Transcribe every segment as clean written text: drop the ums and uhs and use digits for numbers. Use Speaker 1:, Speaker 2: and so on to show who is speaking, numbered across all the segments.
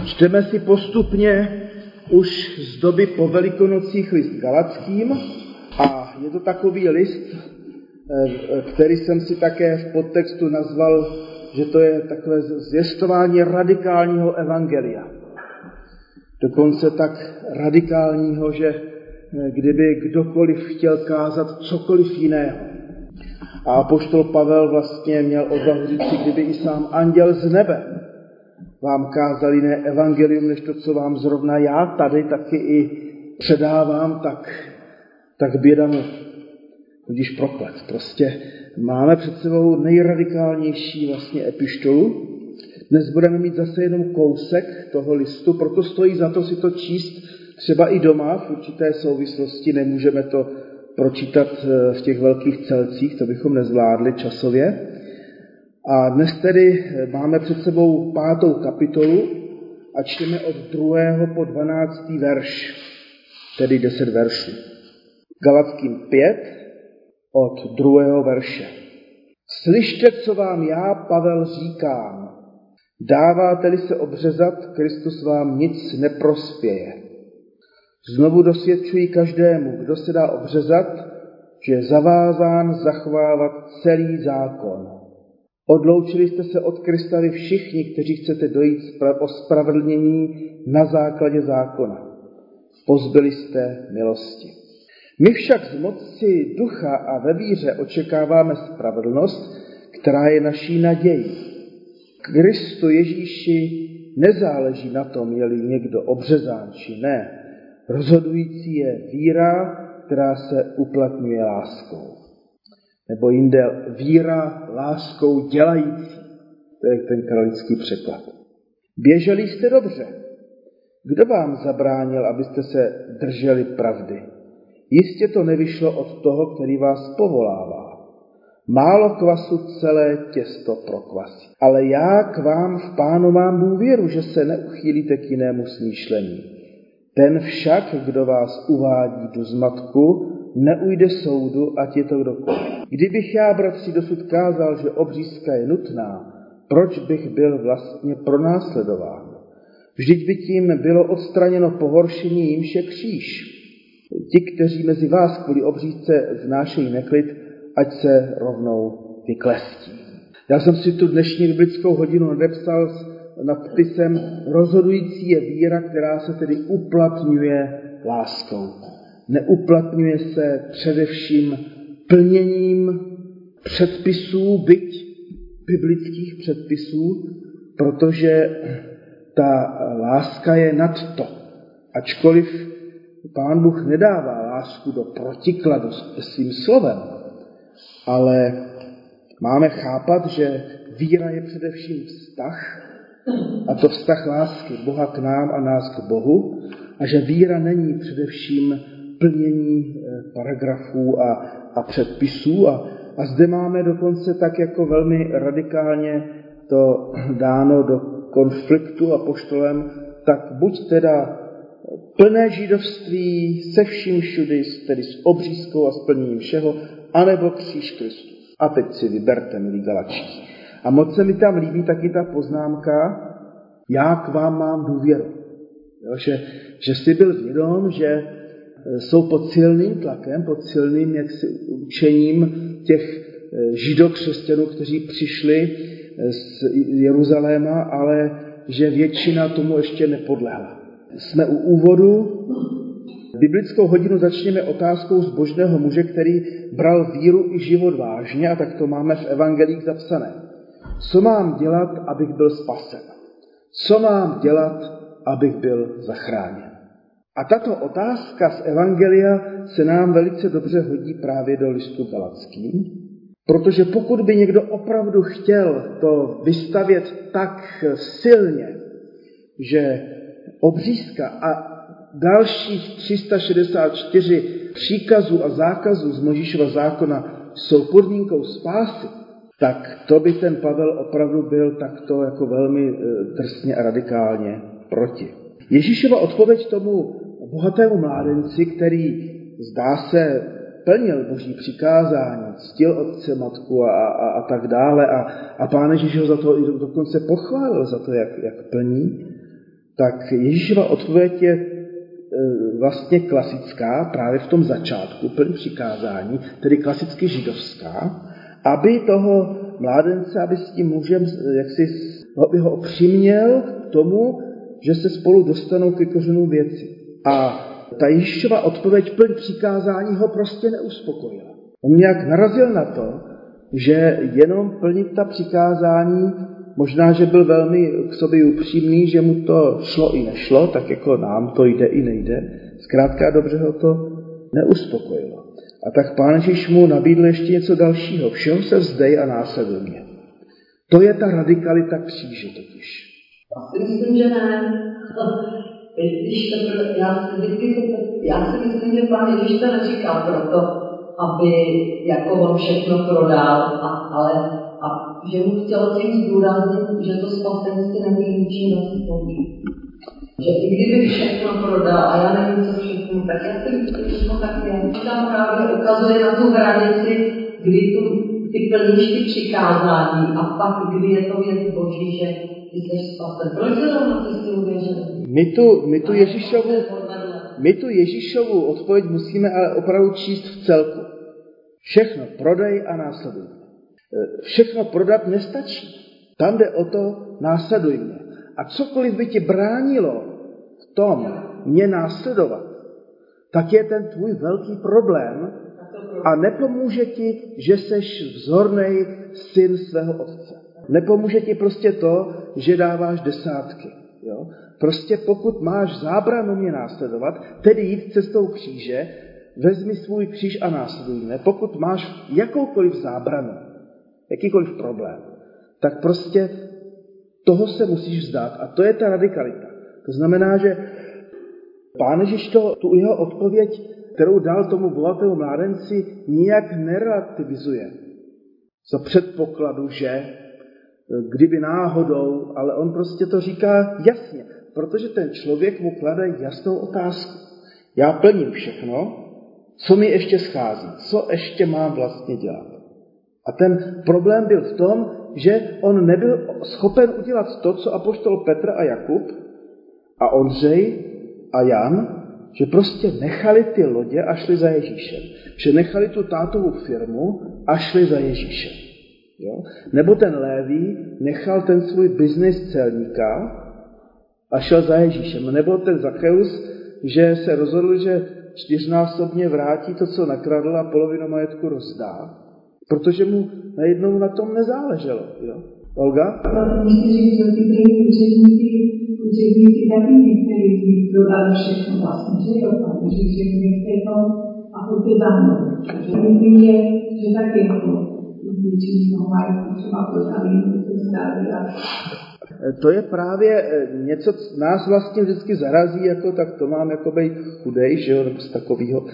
Speaker 1: Čteme si postupně už z doby po Velikonocích list Galackým a je to takový list, který jsem si také v podtextu nazval, že to je takové zvěstování radikálního evangelia. Dokonce tak radikálního, že kdyby kdokoliv chtěl kázat cokoliv jiného. A apoštol Pavel vlastně měl odvahu říci, kdyby i sám anděl z nebe vám kázal jiné evangelium, než to, co vám zrovna já tady taky i předávám, tak běda mu, tudíž proklet. Prostě máme před sebou nejradikálnější vlastně epištolu. Dnes budeme mít zase jenom kousek toho listu, proto stojí za to si to číst třeba i doma v určité souvislosti. Nemůžeme to pročítat v těch velkých celcích, to bychom nezvládli časově. A dnes tedy máme před sebou 5. kapitolu a čteme od 2. po 12. verš, tedy 10 veršů. Galackým 5 od 2. verše. Slyšte, co vám já, Pavel, říkám. Dáváte-li se obřezat, Kristus vám nic neprospěje. Znovu dosvědčuji každému, kdo se dá obřezat, že je zavázán zachovávat celý zákon. Odloučili jste se od Krista vy všichni, kteří chcete dojít ospravedlnění na základě zákona. Pozbyli jste milosti. My však z moci ducha a ve víře očekáváme spravedlnost, která je naší nadějí. Kristu Ježíši nezáleží na tom, je-li někdo obřezán či ne. Rozhodující je víra, která se uplatňuje láskou. Nebo jinde víra láskou dělající. To je ten kralický překlad. Běželi jste dobře. Kdo vám zabránil, abyste se drželi pravdy? Jistě to nevyšlo od toho, který vás povolává. Málo kvasu celé těsto prokvasí. Ale já k vám v Pánu mám důvěru, že se neuchýlíte k jinému smýšlení. Ten však, kdo vás uvádí do zmatku, neujde soudu, ať je to kdokoliv. Kdybych já, bratři, dosud kázal, že obřízka je nutná, proč bych byl vlastně pronásledován? Vždyť by tím bylo odstraněno pohoršení, jímž je kříž. Ti, kteří mezi vás kvůli obřízce vznášejí neklid, ať se rovnou vyklestí. Já jsem si tu dnešní biblickou hodinu nadepsal s nadpisem rozhodující je víra, která se tedy uplatňuje láskou. Neuplatňuje se především plněním předpisů, byť biblických předpisů, protože ta láska je nad to. Ačkoliv Pán Bůh nedává lásku do protikladu se svým slovem, ale máme chápat, že víra je především vztah, a to vztah lásky Boha k nám a nás k Bohu, a že víra není především plnění paragrafů a předpisů. A zde máme dokonce tak jako velmi radikálně to dáno do konfliktu apoštolem, tak buď teda plné židovství se vším všudy, tedy s obřízkou a s plněním všeho, anebo kříž Kristus. A teď si vyberte, milí Galačtí. A moc se mi tam líbí taky ta poznámka, já k vám mám důvěru. Jo, že jsi byl vědom, že jsou pod silným tlakem, pod silným učením těch židokřesťanů, kteří přišli z Jeruzaléma, ale že většina tomu ještě nepodlehla. Jsme u úvodu. Biblickou hodinu začněme otázkou zbožného muže, který bral víru i život vážně, a tak to máme v evangelích zapsané. Co mám dělat, abych byl spasen? Co mám dělat, abych byl zachráněn? A tato otázka z evangelia se nám velice dobře hodí právě do listu Galackým, protože pokud by někdo opravdu chtěl to vystavět tak silně, že obřízka a dalších 364 příkazů a zákazů z Mojžíšova zákona jsou podmínkou spásy, tak to by ten Pavel opravdu byl takto jako velmi drsně a radikálně proti. Ježíšova odpověď tomu bohatému mládenci, který zdá se plnil boží přikázání, ctil otce, matku a tak dále a Pán Ježíš ho za to i dokonce pochválil za to, jak plní, tak Ježíšova odpověď je vlastně klasická, právě v tom začátku, plný přikázání, tedy klasicky židovská, aby toho mládence, aby s tím mužem, aby ho přiměl k tomu, že se spolu dostanou ke kořenu věci. A ta Ježíšova odpověď plný přikázání ho prostě neuspokojila. On nějak narazil na to, že jenom plnit ta přikázání, možná, že byl velmi k sobě upřímný, že mu to šlo i nešlo, tak jako nám to jde i nejde. Zkrátka dobře ho to neuspokojilo. A tak Pán Ježíš mu nabídl ještě něco dalšího. Všeho se vzdej a následuj mě. To je ta radikalita kříže totiž.
Speaker 2: Myslím, že ne. Já si myslím, že Pán Ježíš to neříkal proto, aby jako on všechno prodal, ale že mu chtěl tím zdůraznit, že to spasenství není ničím rozpočí. Že i kdyby všechno prodal a já nevím, co všechno, tak já si myslím, že to tak je. Tam právě ukazuje na tu hranici, kdy ty plníš ty přikázání a pak, kdy je to věc Boží, že ty jsi spasen. Proč se rovno ty si uvěřili?
Speaker 1: My tu Ježíšovu odpověď musíme ale opravdu číst v celku. Všechno prodej a následuj mě. Všechno prodat nestačí. Tam jde o to, následuj mě. A cokoliv by ti bránilo v tom mě následovat, tak je ten tvůj velký problém a nepomůže ti, že seš vzornej syn svého otce. Nepomůže ti prostě to, že dáváš desátky. Jo? Prostě pokud máš zábranu mě následovat, tedy jít cestou kříže, vezmi svůj kříž a následuj mě. Pokud máš jakoukoliv zábranu, jakýkoliv problém, tak prostě toho se musíš vzdát. A to je ta radikalita. To znamená, že Pán Ježíš tu jeho odpověď, kterou dal tomu bohatému mládenci, nijak nerelativizuje. Za předpokladu, že kdyby náhodou, ale on prostě to říká jasně, protože ten člověk mu klade jasnou otázku. Já plním všechno, co mi ještě schází, co ještě mám vlastně dělat. A ten problém byl v tom, že on nebyl schopen udělat to, co apoštol Petr a Jakub a Ondřej a Jan, že prostě nechali ty lodě a šli za Ježíšem. Že nechali tu tátovu firmu a šli za Ježíšem. Jo? Nebo ten Léví nechal ten svůj biznis celníka a šel za Ježíšem. Nebo ten Zacheus, že se rozhodl, že 4násobně vrátí to, co nakradl a polovinu majetku rozdá. Protože mu najednou na tom nezáleželo. Jo? Olga?
Speaker 3: Musím říct, že ty první učebníci taky některý z nich dodali všechno vlastně, že jo, protože všechny všechno a chodí za mnou. Takže myslím, že taky jako většinou mají třeba postavit, se stále a
Speaker 1: to je právě něco, co nás vlastně vždycky zarazí, jako tak to mám jako být chudej, že jo, nebo z takového.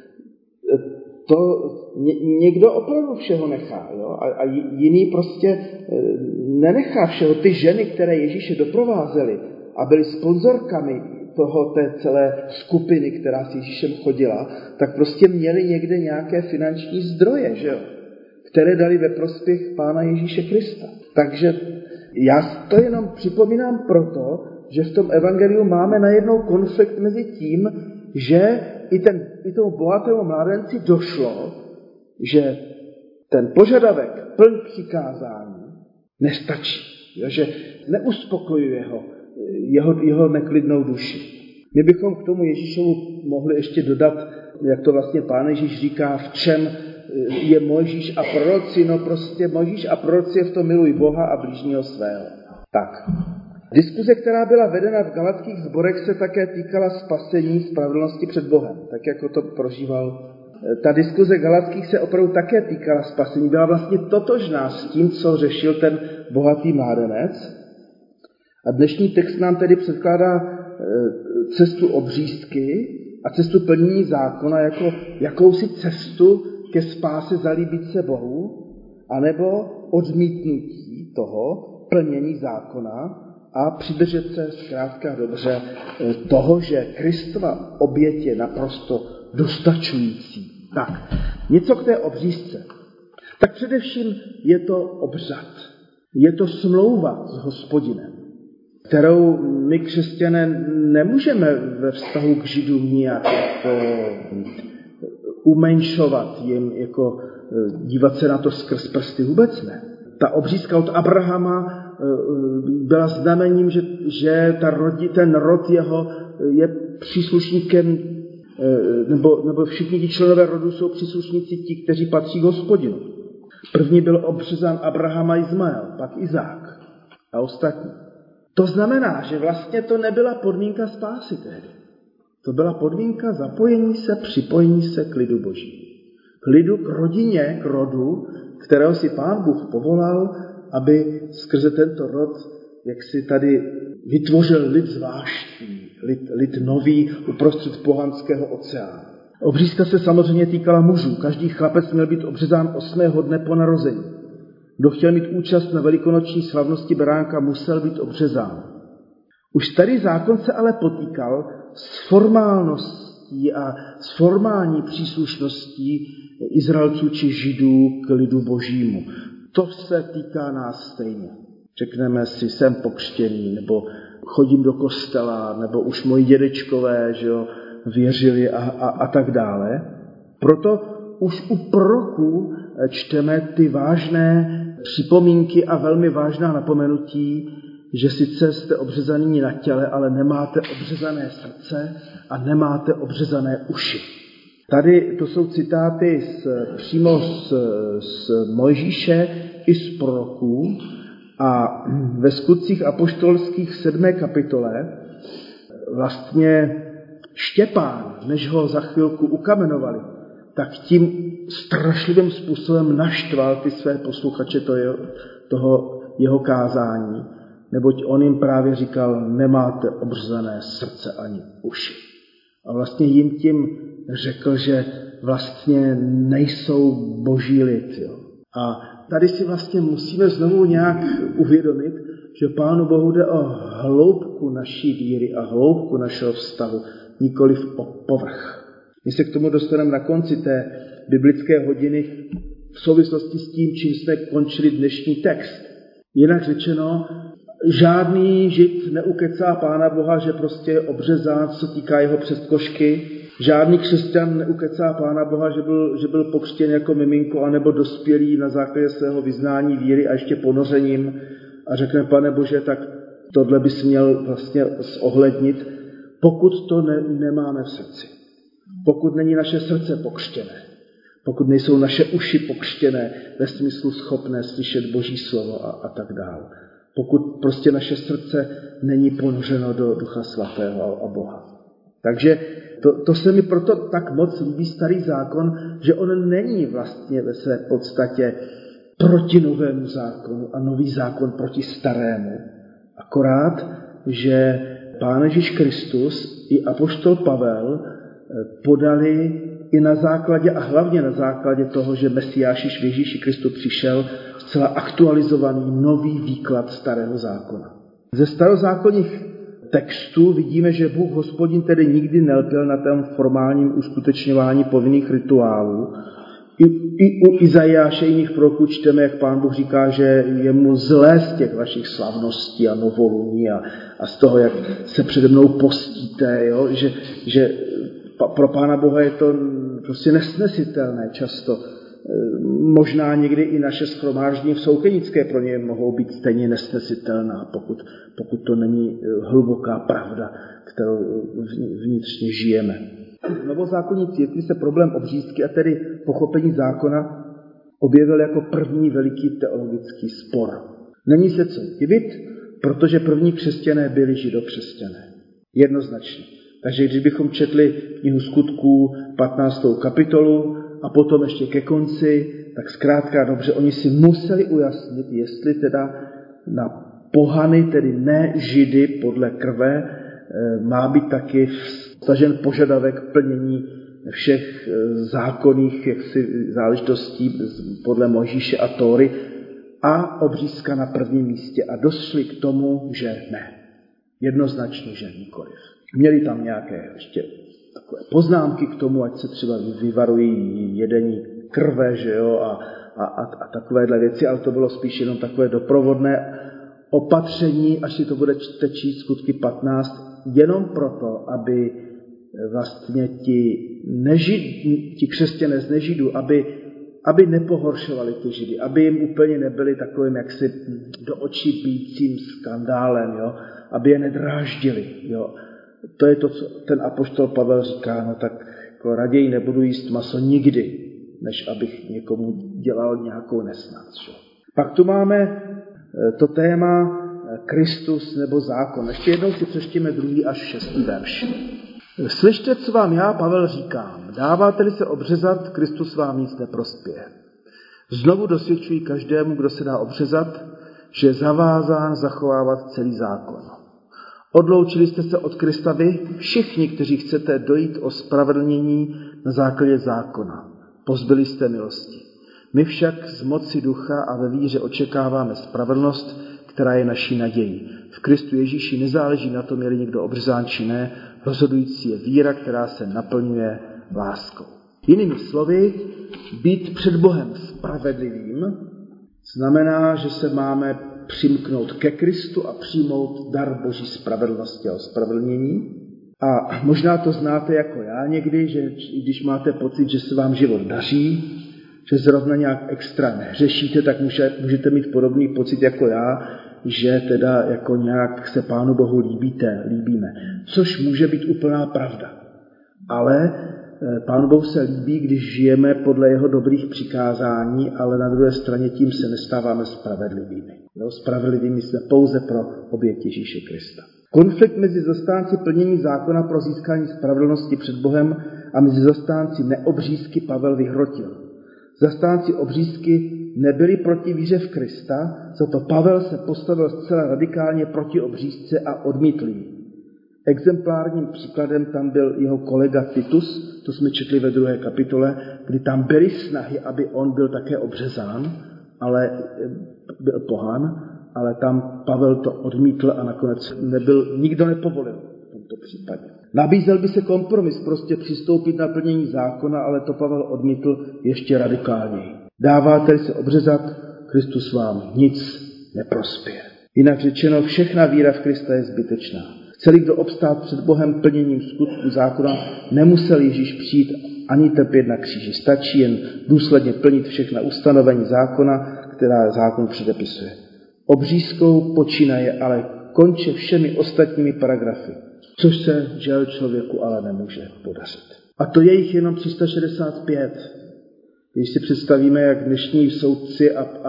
Speaker 1: To někdo opravdu všeho nechá, jo? A jiný prostě nenechá všeho. Ty ženy, které Ježíše doprovázely a byly sponzorkami té celé skupiny, která s Ježíšem chodila, tak prostě měly někde nějaké finanční zdroje, že jo? Které dali ve prospěch Pána Ježíše Krista. Takže já to jenom připomínám proto, že v tom evangeliu máme najednou konflikt mezi tím, že i tomu bohatému mládenci došlo, že ten požadavek plň přikázání nestačí, jo? Že neuspokojuje jeho neklidnou duši. My bychom k tomu Ježíšovu mohli ještě dodat, jak to vlastně Pán Ježíš říká, v čem je Mojžíš a proroci, no prostě Mojžíš a proroci je v tom miluj Boha a blížního svého. Tak. Diskuze, která byla vedena v galackých sborech, se také týkala spasení spravedlnosti před Bohem, tak jako to prožíval. Ta diskuze galackých se opravdu také týkala spasení, byla vlastně totožná s tím, co řešil ten bohatý mládenec. A dnešní text nám tedy předkládá cestu obřízky a cestu plnění zákona jako jakousi cestu ke spáse zalíbit se Bohu, anebo odmítnutí toho plnění zákona a přidržet se zkrátka dobře toho, že Kristova oběť je naprosto dostačující. Tak, něco k té obřízce. Tak především je to obřad. Je to smlouva s Hospodinem. kterou my křesťané nemůžeme ve vztahu k Židům nijak umenšovat jim, jako dívat se na to skrz prsty, vůbec ne. Ta obřízka od Abrahama byla znamením, že ten rod jeho je příslušníkem, nebo všichni ti členové rodu jsou příslušníci ti, kteří patří k Hospodinu. První byl obřezán Abraham a Izmael, pak Izák a ostatní. To znamená, že vlastně to nebyla podmínka spásy tehdy. To byla podmínka zapojení se, připojení se k lidu Boží. K lidu, k rodině, k rodu, kterého si Pán Bůh povolal, aby skrze tento rod, jak si tady vytvořil lid zvláštní, lid nový uprostřed pohanského oceánu. Obřízka se samozřejmě týkala mužů. Každý chlapec měl být obřezán 8. dne po narození. Kdo chtěl mít účast na velikonoční slavnosti beránka, musel být obřezán. Už starý zákon se ale potýkal s formálností a s formální příslušností Izraelců či Židů k lidu Božímu. To se týká nás stejně. Řekneme si, jsem pokřtěný, nebo chodím do kostela, nebo už moji dědečkové, že jo, věřili a tak dále. Proto už u proroků čteme ty vážné připomínky a velmi vážná napomenutí, že sice jste obřezaní na těle, ale nemáte obřezané srdce a nemáte obřezané uši. Tady to jsou citáty přímo z Mojžíše i z proroků a ve Skutcích apoštolských 7. kapitole vlastně Štěpán, než ho za chvilku ukamenovali, tak tím strašlivým způsobem naštval ty své posluchače toho jeho kázání, neboť on jim právě říkal, nemáte obřezané srdce ani uši. A vlastně jim tím řekl, že vlastně nejsou boží lid. Jo. A tady si vlastně musíme znovu nějak uvědomit, že Pánu Bohu jde o hloubku naší víry a hloubku našeho vztahu, nikoliv o povrch. My se k tomu dostaneme na konci té biblické hodiny v souvislosti s tím, čím jsme končili dnešní text. Jinak řečeno, žádný Žid neukecá Pána Boha, že prostě je obřezán, co týká jeho přestkošky. Žádný křesťan neukecá Pána Boha, že byl pokřtěn jako miminko anebo dospělý na základě svého vyznání víry a ještě ponořením a řekne, Pane Bože, tak tohle bys měl vlastně zohlednit, pokud to nemáme v srdci. Pokud není naše srdce pokřtěné, pokud nejsou naše uši pokřtěné ve smyslu schopné slyšet Boží slovo a tak dále. Pokud prostě naše srdce není ponořeno do Ducha Svatého a Boha. Takže to se mi proto tak moc líbí starý zákon, že on není vlastně ve své podstatě proti novému zákonu a nový zákon proti starému. Akorát, že Pán Ježíš Kristus i apoštol Pavel podali i na základě a hlavně na základě toho, že Mesiáš v Ježíši Kristu přišel, zcela aktualizovaný nový výklad starého zákona. Ze starozákonních textů vidíme, že Bůh Hospodin tedy nikdy nelpěl na tom formálním uskutečňování povinných rituálů. I u Izajáše jiných proroků čteme, jak Pán Bůh říká, že je mu zlé z těch vašich slavností a novoluní a z toho, jak se přede mnou postíte, jo? Že pro Pána Boha je to prostě nesnesitelné často. Možná někdy i naše shromáždění v Soukenické pro ně mohou být stejně nesnesitelná, pokud to není hluboká pravda, kterou vnitřně žijeme. V novozákonní církvi se problém obřízky a tedy pochopení zákona objevil jako první veliký teologický spor. Není se co divit, protože první křesťané byli židokřesťané. Jednoznačně. Takže když bychom četli knihu Skutků 15. kapitolu a potom ještě ke konci, tak zkrátka dobře, oni si museli ujasnit, jestli teda na pohany, tedy ne židy podle krve, má být taky vstažen požadavek plnění všech zákonných záležitostí podle Mojžíše a Tóry a obřízka na prvním místě. A došli k tomu, že ne. Jednoznačně, že nikoliv. Měli tam nějaké ještě takové poznámky k tomu, ať se třeba vyvarují jedení krve, že jo, a takovéhle věci, ale to bylo spíš jenom takové doprovodné. opatření, až si to budete číst Skutky 15, jenom proto, aby vlastně ti křesťané z nežidů, aby nepohoršovali ty židy, aby jim úplně nebyli takovým jaksi do očí bijícím skandálem, jo? Aby je nedráždili. Jo? To je to, co ten apoštol Pavel říká, no tak jako raději nebudu jíst maso nikdy, než abych někomu dělal nějakou nesnad. Jo? Pak tu máme to téma Kristus nebo zákon. Ještě jednou si přečtěme 2. až 6. verš. Slyšte, co vám já, Pavel, říkám. Dáváte-li se obřezat, Kristus vám nic neprospěje. Znovu dosvědčuji každému, kdo se dá obřezat, že je zavázán zachovávat celý zákon. Odloučili jste se od Krista vy, všichni, kteří chcete dojít o spravedlnění na základě zákona. Pozbyli jste milosti. My však z moci ducha a ve víře očekáváme spravedlnost, která je naší nadějí. V Kristu Ježíši nezáleží na tom, je-li někdo obřezán či ne, rozhodující je víra, která se naplňuje láskou. Jinými slovy, být před Bohem spravedlivým znamená, že se máme přimknout ke Kristu a přijmout dar Boží spravedlnosti a ospravedlnění. A možná to znáte jako já někdy, že když máte pocit, že se vám život daří, že zrovna nějak extra neřešíte, tak můžete mít podobný pocit jako já, že teda jako nějak se Pánu Bohu líbíme. Což může být úplná pravda. Ale Pánu Bohu se líbí, když žijeme podle jeho dobrých přikázání, ale na druhé straně tím se nestáváme spravedlivými. Jo, spravedlivými jsme pouze pro oběť Ježíše Krista. Konflikt mezi zastánci plnění zákona pro získání spravedlnosti před Bohem a mezi zastánci neobřízky Pavel vyhrotil. Zastánci obřízky nebyli proti víře v Krista, za to Pavel se postavil zcela radikálně proti obřízce a odmítl ji. Exemplárním příkladem tam byl jeho kolega Titus, to jsme četli ve 2. kapitole, kdy tam byly snahy, aby on byl také obřezán, ale byl pohan, ale tam Pavel to odmítl a nakonec nikdo nepovolil v tomto případě. Nabízel by se kompromis, prostě přistoupit na plnění zákona, ale to Pavel odmítl ještě radikálněji. Dáváte-li se obřezat, Kristus vám nic neprospěje. Jinak řečeno, všechna víra v Krista je zbytečná. Chceli kdo obstát před Bohem plněním skutku zákona, nemusel Ježíš přijít ani trpět na kříži. Stačí jen důsledně plnit všechna ustanovení zákona, která zákon předepisuje. Obřízkou počínaje, ale konče všemi ostatními paragrafy, což se žel člověku ale nemůže podařit. A to je jich jenom 365. Když si představíme, jak dnešní soudci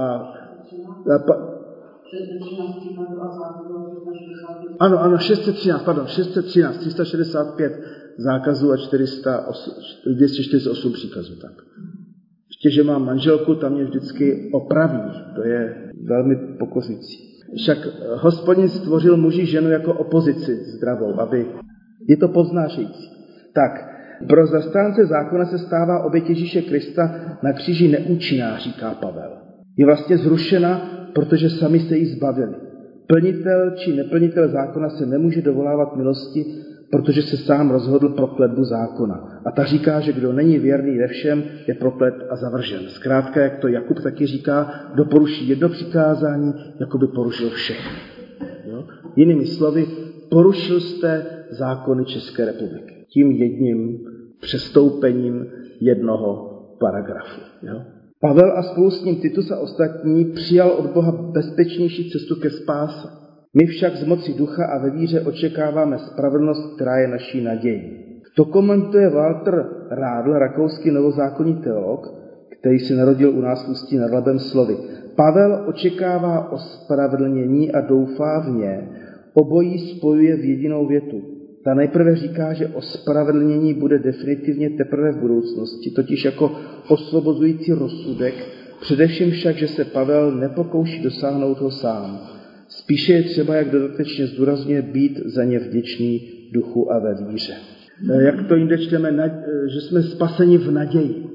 Speaker 1: Ano, 613, 365 zákazů a 248 příkazů. Tak. Ještě, že mám manželku, tam mě vždycky opraví. To je velmi pokořující. Však Hospodin stvořil muži ženu jako opozici zdravou, aby je to poznášející. Tak, pro zastánce zákona se stává oběť Ježíše Krista na kříži neúčinná, říká Pavel. Je vlastně zrušena, protože sami se jí zbavili. Plnitel či neplnitel zákona se nemůže dovolávat milosti, protože se sám rozhodl pro kletbu zákona. A ta říká, že kdo není věrný ve všem, je proklet a zavržen. Zkrátka, jak to Jakub taky říká, kdo poruší jedno přikázání, jako by porušil všechny. Jo? Jinými slovy, porušil jste zákony České republiky. Tím jedním přestoupením jednoho paragrafu. Jo? Pavel a spolu s ním Titus a ostatní přijal od Boha bezpečnější cestu ke spáse. My však z moci ducha a ve víře očekáváme spravedlnost, která je naší nadějí. To komentuje Walter Rádl, rakouský novozákonní teolog, který se narodil u nás v Ústí nad Labem slovy. Pavel očekává ospravedlnění a doufá v ně, obojí spojuje v jedinou větu. Ta nejprve říká, že ospravedlnění bude definitivně teprve v budoucnosti, totiž jako osvobozující rozsudek, především však, že se Pavel nepokouší dosáhnout ho sám. Spíše je třeba, jak dodatečně zdůrazňuje, být za ně vděčný duchu a ve víře. Jak to jinde čteme, že jsme spaseni v naději.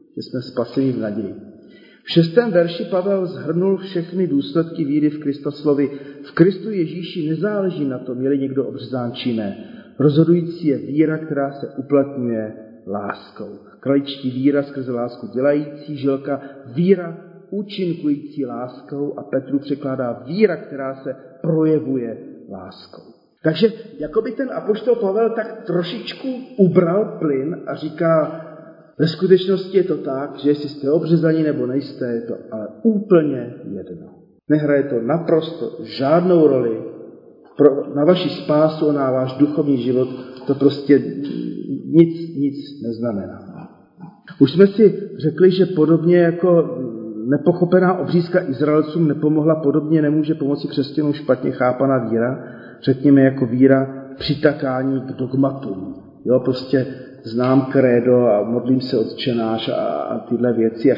Speaker 1: V 6. verši Pavel shrnul všechny důsledky víry v Krista slovy. V Kristu Ježíši nezáleží na tom, je-li někdo obřezán či ne. Rozhodující je víra, která se uplatňuje láskou. Kraličtí víra skrze lásku dělající, žilka víra účinkující láskou a Petru překládá víra, která se projevuje láskou. Takže jakoby ten apoštol Pavel tak trošičku ubral plyn a říká, ve skutečnosti je to tak, že jestli jste obřezaní nebo nejste, je to ale úplně jedno. Nehraje to naprosto žádnou roli na vaši spásu, na váš duchovní život, to prostě nic neznamená. Už jsme si řekli, že podobně jako nepochopená obřízka Izraelcům nepomohla, podobně nemůže pomoci křesťanům špatně chápaná víra, řekněme jako víra přitakání k dogmatům. Jo, prostě znám krédo a modlím se Otčenáš a tyhle věci a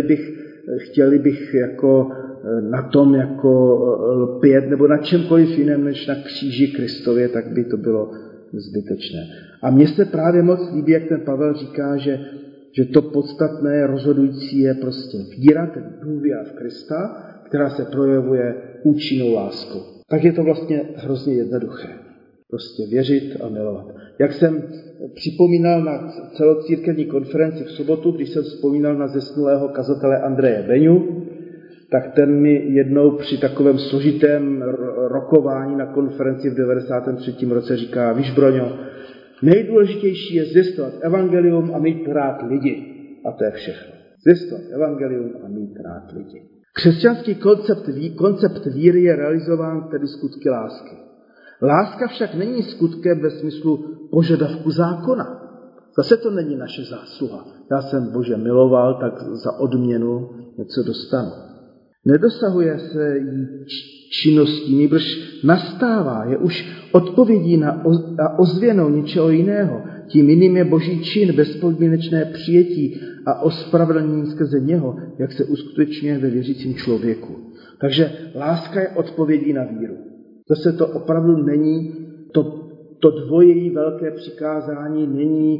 Speaker 1: chtěli bych jako na tom jako lpět nebo na čemkoliv jiném než na kříži Kristově, tak by to bylo zbytečné. A mně se právě moc líbí, jak ten Pavel říká, že to podstatné, rozhodující je prostě víra, tedy důvěra v Krista, která se projevuje účinnou láskou. Tak je to vlastně hrozně jednoduché. Prostě věřit a milovat. Jak jsem připomínal na celocírkevní konferenci v sobotu, když jsem vzpomínal na zesnulého kazatele Andreje Beňu, tak ten mi jednou při takovém složitém rokování na konferenci v 93. roce říká, víš Broňo, nejdůležitější je zvěstovat evangelium a mít rád lidi. A to je všechno. Zvěstovat evangelium a mít rád lidi. Křesťanský koncept víry je realizován tedy skutky lásky. Láska však není skutkem ve smyslu požadavku zákona. Zase to není naše zásluha. Já jsem Bože miloval, tak za odměnu něco dostanu. Nedosahuje se jí činností, nýbrž nastává, je už odpovědí na ozvěnou něčeho jiného. Tím jiným je Boží čin, bezpodmínečné přijetí a ospravedlnění skrze něho, jak se uskutečňuje ve věřícím člověku. Takže láska je odpovědí na víru. Zase to opravdu není, to dvojí velké přikázání není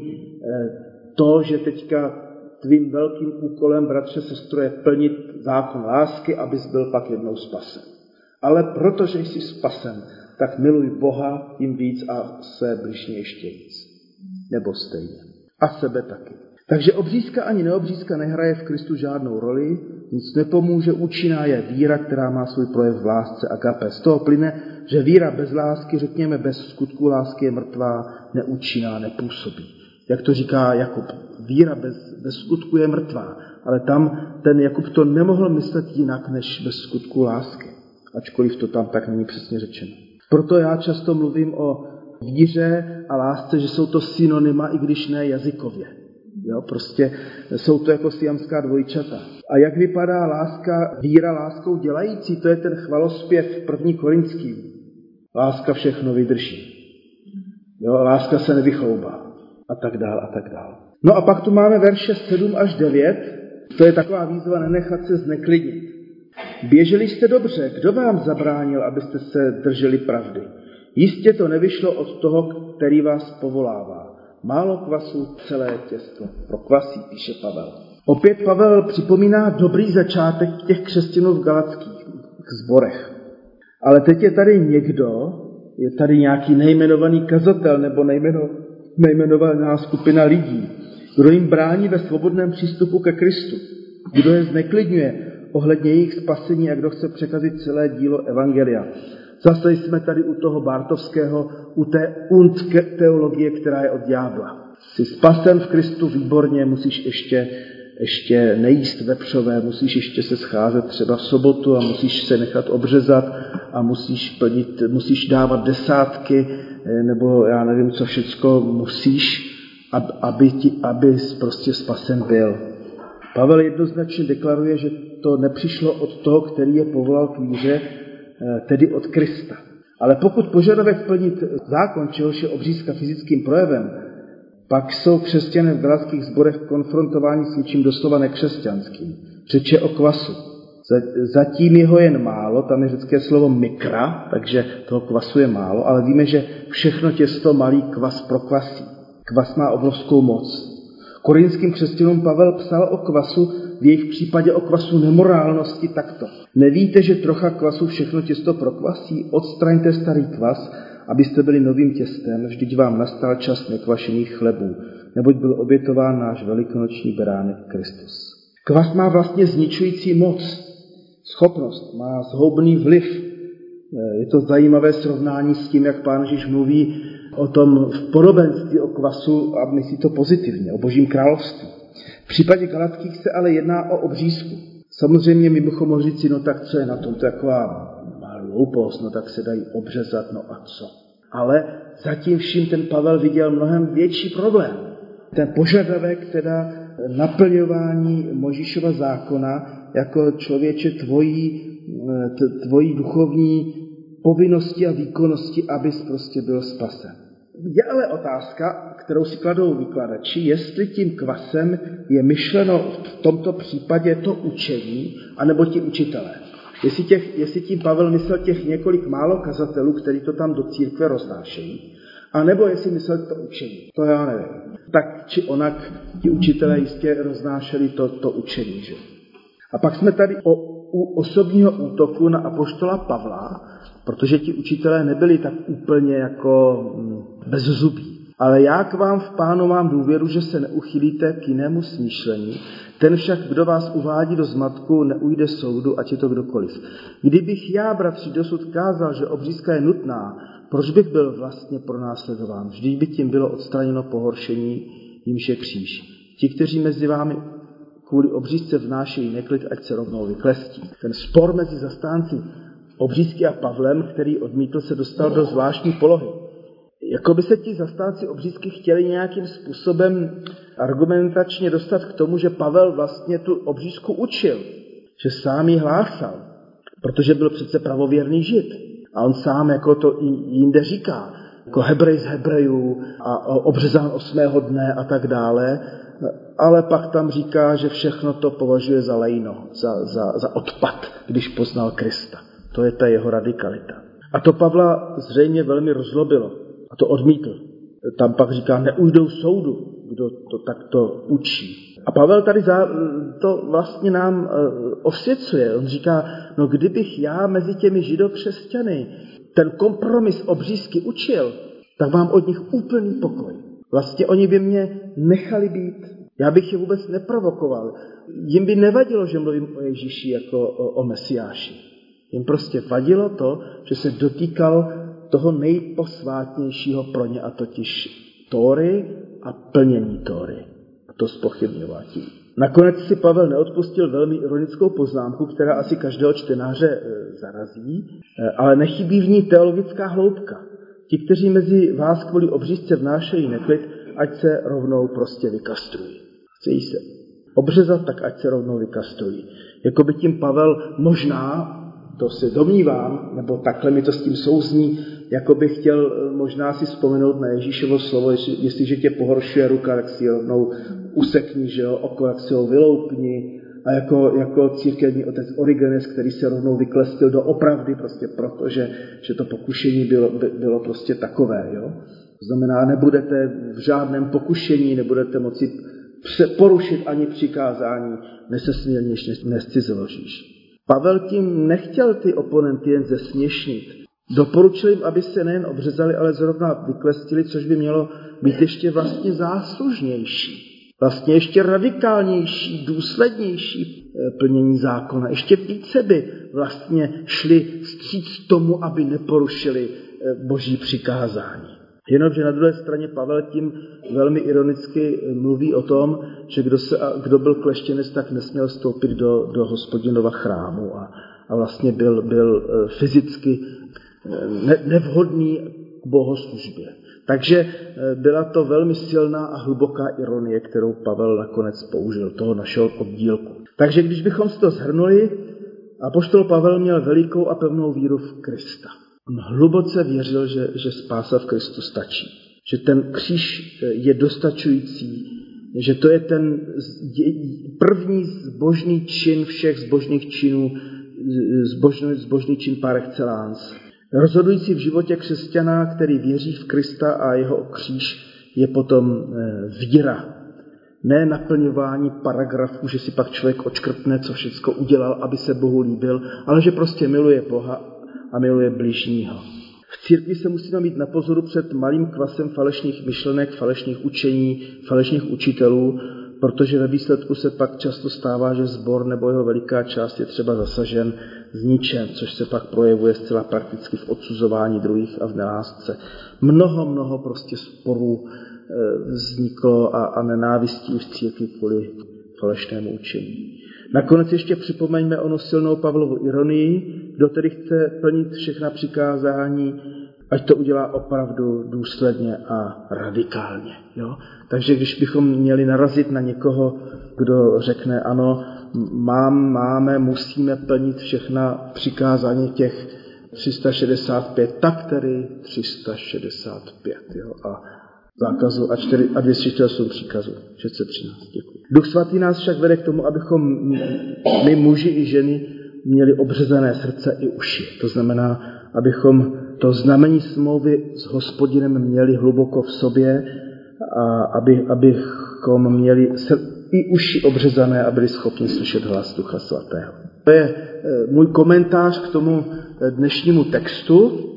Speaker 1: to, že teďka tvým velkým úkolem, bratře, sestro, je plnit zákon lásky, abys byl pak jednou spasen. Ale protože jsi spasen, tak miluj Boha tím víc a své bližně ještě víc. Nebo stejně. A sebe taky. Takže obřízka ani neobřízka nehraje v Kristu žádnou roli, nic nepomůže, účinná je víra, která má svůj projev v lásce agape. Z toho plyne, že víra bez lásky, řekněme bez skutku lásky, je mrtvá, neúčinná, nepůsobí. Jak to říká Jakub, víra bez skutku je mrtvá, ale tam ten Jakub to nemohl myslet jinak, než bez skutku lásky. Ačkoliv to tam tak není přesně řečeno. Proto já často mluvím o víře a lásce, že jsou to synonyma, i když ne jazykově. Jo, prostě jsou to jako siamská dvojčata. A jak vypadá láska, víra láskou dělající, to je ten chvalospěv 1. Korinským. Láska všechno vydrží. Jo, láska se nevychoubá. A tak dál, a tak dál. No a pak tu máme verše 7 až 9. To je taková výzva nenechat se zneklidnit. Běželi jste dobře, kdo vám zabránil, abyste se drželi pravdy? Jistě to nevyšlo od toho, který vás povolává. Málo kvasu, celé těsto prokvasí, píše Pavel. Opět Pavel připomíná dobrý začátek těch křesťanů v galackých sborech. Ale teď je tady je tady nějaký nejmenovaný kazatel nebo nejmenovaná skupina lidí, kdo jim brání ve svobodném přístupu ke Kristu, kdo je zneklidňuje ohledně jejich spasení a kdo chce překazit celé dílo evangelia. Zase jsme tady u toho Bartovského, u té teologie, která je od ďábla. Jsi spasen v Kristu, výborně, musíš ještě nejíst vepřové, musíš ještě se scházet třeba v sobotu a musíš se nechat obřezat a musíš dávat desátky, nebo já nevím, co všecko musíš, aby prostě spasen byl. Pavel jednoznačně deklaruje, že to nepřišlo od toho, který je povolal k víře, tedy od Krista. Ale pokud požadavek plnit zákon, čehož je obřízka fyzickým projevem, pak jsou křesťané v galackých sborech konfrontováni s něčím doslova nekřesťanským. Řeč je o kvasu. Zatím jeho jen málo, tam je řecké slovo mikra, takže toho kvasu je málo, ale víme, že všechno těsto malý kvas prokvasí. Kvas má obrovskou moc. Korinským křesťanům Pavel psal o kvasu, v jejich případě o kvasu nemorálnosti takto. Nevíte, že trocha kvasu všechno těsto prokvasí? Odstraňte starý kvas, abyste byli novým těstem, vždyť vám nastal čas nekvašených chlebů, neboť byl obětován náš velikonoční beránek Kristus. Kvas má vlastně zničující moc, schopnost, má zhoubný vliv. Je to zajímavé srovnání s tím, jak Pán Ježíš mluví o tom v podobenství o kvasu a myslí to pozitivně, o Božím království. V případě Galackých se ale jedná o obřízku. Samozřejmě my bychom mohli říct, no tak co je na tom, to je taková hloupost, no tak se dají obřezat, no a co. Ale zatím vším ten Pavel viděl mnohem větší problém. Ten požadavek teda naplňování Mojžíšova zákona jako člověče tvojí duchovní povinnosti a výkonnosti, abys prostě byl spasen. Je ale otázka, kterou si kladou vykladači, jestli tím kvasem je myšleno v tomto případě to učení, anebo ti učitelé. Jestli tím Pavel myslel těch několik málo kazatelů, kteří to tam do církve roznášejí, anebo jestli myslel to učení. To já nevím. Tak či onak ti učitelé jistě roznášeli to učení. Že? A pak jsme tady u osobního útoku na apoštola Pavla, protože ti učitelé nebyli tak úplně jako bezzubí. Ale já k vám v Pánu mám důvěru, že se neuchylíte k jinému smýšlení. Ten však, kdo vás uvádí do zmatku, neujde soudu, ať je to kdokoliv. Kdybych já, bratři, dosud kázal, že obřízka je nutná, proč bych byl vlastně pronásledován? Vždyť by tím bylo odstraněno pohoršení, jimž je kříž. Ti, kteří mezi vámi kvůli obřízce vnášejí neklid, ať se rovnou vyklestí. Ten spor mezi zastánci obřízky a Pavlem, který odmítl, se dostal do zvláštní polohy. Jakoby se ti zastánci obřízky chtěli nějakým způsobem argumentačně dostat k tomu, že Pavel vlastně tu obřízku učil, že sám ji hlásal, protože byl přece pravověrný žid. A on sám jako to i jinde říká, jako Hebrej z Hebrejů a obřezán 8. dne a tak dále, ale pak tam říká, že všechno to považuje za lejno, za odpad, když poznal Krista. To je ta jeho radikalita. A to Pavla zřejmě velmi rozlobilo a to odmítl. Tam pak říká, neujdou soudu, kdo to takto učí. A Pavel tady to vlastně nám osvěcuje. On říká, no kdybych já mezi těmi židokřesťany ten kompromis obřízky učil, tak mám od nich úplný pokoj. Vlastně oni by mě nechali být. Já bych je vůbec neprovokoval. Jim by nevadilo, že mluvím o Ježíši jako o Mesiáši. Jim prostě vadilo to, že se dotýkal toho nejposvátnějšího pro ně, a totiž Tóry a plnění Tóry. A to zpochybňování. Nakonec si Pavel neodpustil velmi ironickou poznámku, která asi každého čtenáře zarazí, ale nechybí v ní teologická hloubka. Ti, kteří mezi vás kvůli obřízce vnášejí neklid, ať se rovnou prostě vykastrují. Chtějí se obřezat, tak ať se rovnou vykastrují. Jakoby tím Pavel možná, to se domnívám, nebo takhle mi to s tím souzní, jako by chtěl možná si vzpomenout na Ježíšovo slovo, jestliže tě pohoršuje ruka, tak si rovnou usekni, že jo, oko, jak si ho vyloupni. A jako církevní otec Origenes, který se rovnou vyklestil do opravdy, prostě proto, že to pokušení bylo prostě takové. Jo? To znamená, nebudete v žádném pokušení, nebudete moci porušit ani přikázání, nesesmělnějš, nescizoložíš. Pavel tím nechtěl ty oponenty jen zesměšnit. Doporučil jim, aby se nejen obřezali, ale zrovna vyklestili, což by mělo být ještě vlastně záslužnější. Vlastně ještě radikálnější, důslednější plnění zákona. Ještě více by vlastně šli vstříc tomu, aby neporušili Boží přikázání. Jenomže na druhé straně Pavel tím velmi ironicky mluví o tom, že kdo byl kleštěnec, tak nesměl vstoupit do Hospodinova chrámu a vlastně byl fyzicky nevhodný k bohoslužbě. Takže byla to velmi silná a hluboká ironie, kterou Pavel nakonec použil, toho našeho oddílku. Takže když bychom si to shrnuli, apoštol Pavel měl velikou a pevnou víru v Krista. On hluboce věřil, že spása v Kristu stačí. Že ten kříž je dostačující, že to je ten první zbožný čin všech zbožných činů, zbožný čin par excellence. Rozhodující v životě křesťana, který věří v Krista a jeho kříž, je potom víra. Ne naplňování paragrafů, že si pak člověk odškrtne, co všecko udělal, aby se Bohu líbil, ale že prostě miluje Boha a miluje bližního. V církvi se musíme mít na pozoru před malým kvasem falešných myšlenek, falešných učení, falešných učitelů, protože ve výsledku se pak často stává, že sbor nebo jeho veliká část je třeba zasažen, zničen, což se pak projevuje zcela prakticky v odsuzování druhých a v nelásce. Mnoho prostě sporů vzniklo a nenávistí v církvi kvůli falešnému učení. Nakonec ještě připomeňme onu silnou Pavlovu ironii, kdo tedy chce plnit všechna přikázání, ať to udělá opravdu důsledně a radikálně. Jo? Takže když bychom měli narazit na někoho, kdo řekne ano, musíme plnit všechna přikázání těch 365, tak tedy 365. Jo? A zákazu a 248 příkazů, 613. Děkuji. Duch svatý nás však vede k tomu, abychom my muži i ženy měli obřezané srdce i uši. To znamená, abychom to znamení smlouvy s Hospodinem měli hluboko v sobě a abychom měli i uši obřezané a byli schopni slyšet hlas Ducha svatého. To je můj komentář k tomu dnešnímu textu.